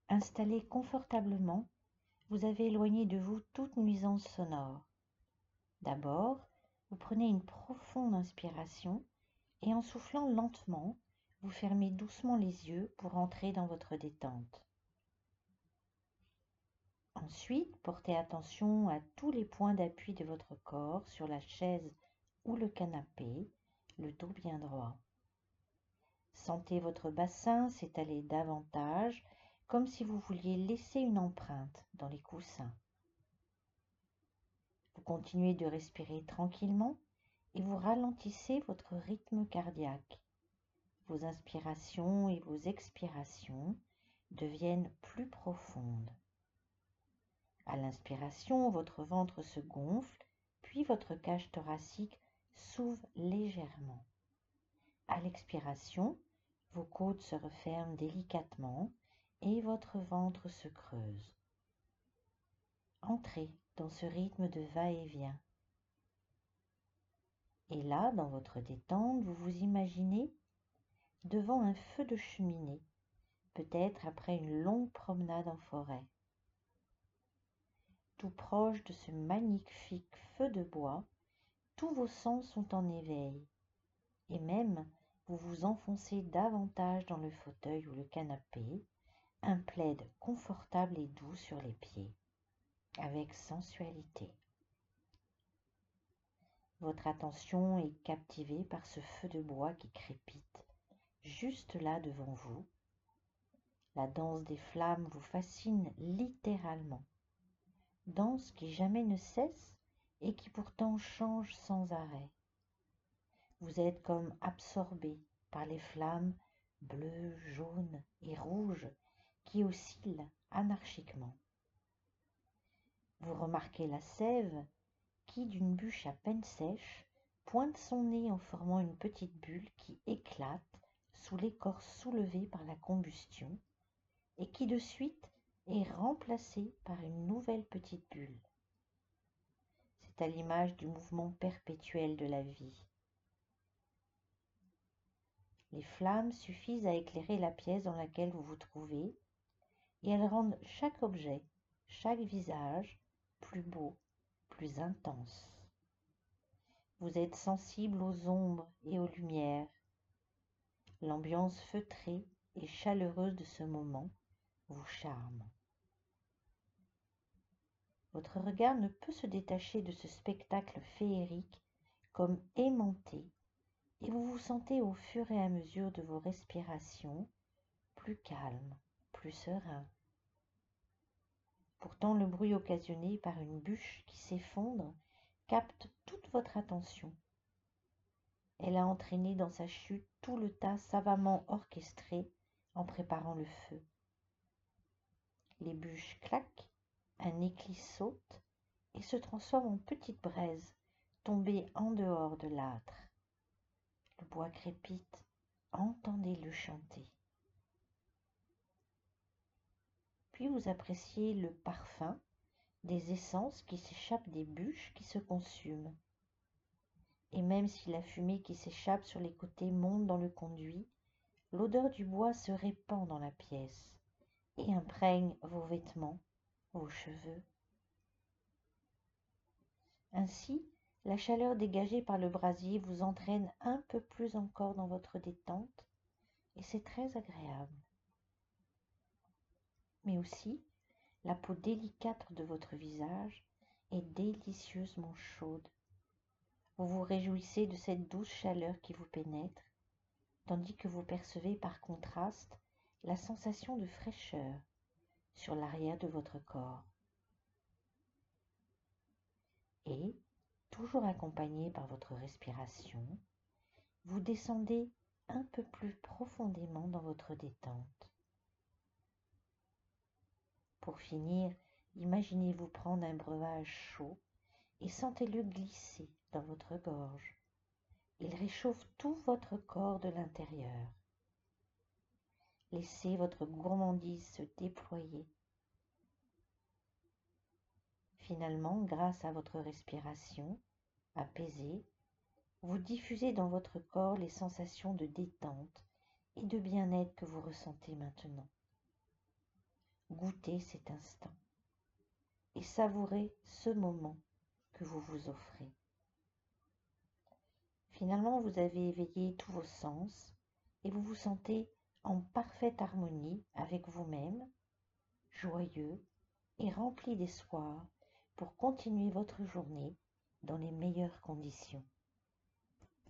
Installé confortablement, vous avez éloigné de vous toute nuisance sonore. D'abord, vous prenez une profonde inspiration et en soufflant lentement, vous fermez doucement les yeux pour entrer dans votre détente. Ensuite, portez attention à tous les points d'appui de votre corps sur la chaise ou le canapé, le dos bien droit. Sentez votre bassin s'étaler davantage, comme si vous vouliez laisser une empreinte dans les coussins. Vous continuez de respirer tranquillement et vous ralentissez votre rythme cardiaque. Vos inspirations et vos expirations deviennent plus profondes. À l'inspiration, votre ventre se gonfle, puis votre cage thoracique s'ouvre légèrement. À l'expiration, vos côtes se referment délicatement et votre ventre se creuse. Entrez dans ce rythme de va-et-vient. Et là, dans votre détente, vous vous imaginez devant un feu de cheminée, peut-être après une longue promenade en forêt. Tout proche de ce magnifique feu de bois, tous vos sens sont en éveil, et même vous vous enfoncez davantage dans le fauteuil ou le canapé, un plaid confortable et doux sur les pieds, avec sensualité. Votre attention est captivée par ce feu de bois qui crépite, juste là devant vous. La danse des flammes vous fascine littéralement. Danse qui jamais ne cesse et qui pourtant change sans arrêt. Vous êtes comme absorbé par les flammes bleues, jaunes et rouges qui oscillent anarchiquement. Vous remarquez la sève qui, d'une bûche à peine sèche, pointe son nez en formant une petite bulle qui éclate sous l'écorce soulevée par la combustion et qui de suite est remplacée par une nouvelle petite bulle. C'est à l'image du mouvement perpétuel de la vie. Les flammes suffisent à éclairer la pièce dans laquelle vous vous trouvez et elles rendent chaque objet, chaque visage plus beau, plus intense. Vous êtes sensible aux ombres et aux lumières. L'ambiance feutrée et chaleureuse de ce moment vous charme. Votre regard ne peut se détacher de ce spectacle féerique comme aimanté et vous vous sentez au fur et à mesure de vos respirations plus calme, plus serein. Pourtant, le bruit occasionné par une bûche qui s'effondre capte toute votre attention. Elle a entraîné dans sa chute tout le tas savamment orchestré en préparant le feu. Les bûches claquent, un éclis saute et se transforme en petite braise tombée en dehors de l'âtre. Le bois crépite, entendez-le chanter. Puis vous appréciez le parfum des essences qui s'échappent des bûches qui se consument. Et même si la fumée qui s'échappe sur les côtés monte dans le conduit, l'odeur du bois se répand dans la pièce et imprègne vos vêtements, vos cheveux. Ainsi, la chaleur dégagée par le brasier vous entraîne un peu plus encore dans votre détente et c'est très agréable. Mais aussi, la peau délicate de votre visage est délicieusement chaude. Vous vous réjouissez de cette douce chaleur qui vous pénètre, tandis que vous percevez par contraste la sensation de fraîcheur sur l'arrière de votre corps. Et, toujours accompagné par votre respiration, vous descendez un peu plus profondément dans votre détente. Pour finir, imaginez-vous prendre un breuvage chaud et sentez-le glisser dans votre gorge. Il réchauffe tout votre corps de l'intérieur. Laissez votre gourmandise se déployer. Finalement, grâce à votre respiration apaisée, vous diffusez dans votre corps les sensations de détente et de bien-être que vous ressentez maintenant. goûter cet instant et savourer ce moment que vous vous offrez. Finalement, vous avez éveillé tous vos sens et vous vous sentez en parfaite harmonie avec vous-même, joyeux et rempli d'espoir pour continuer votre journée dans les meilleures conditions.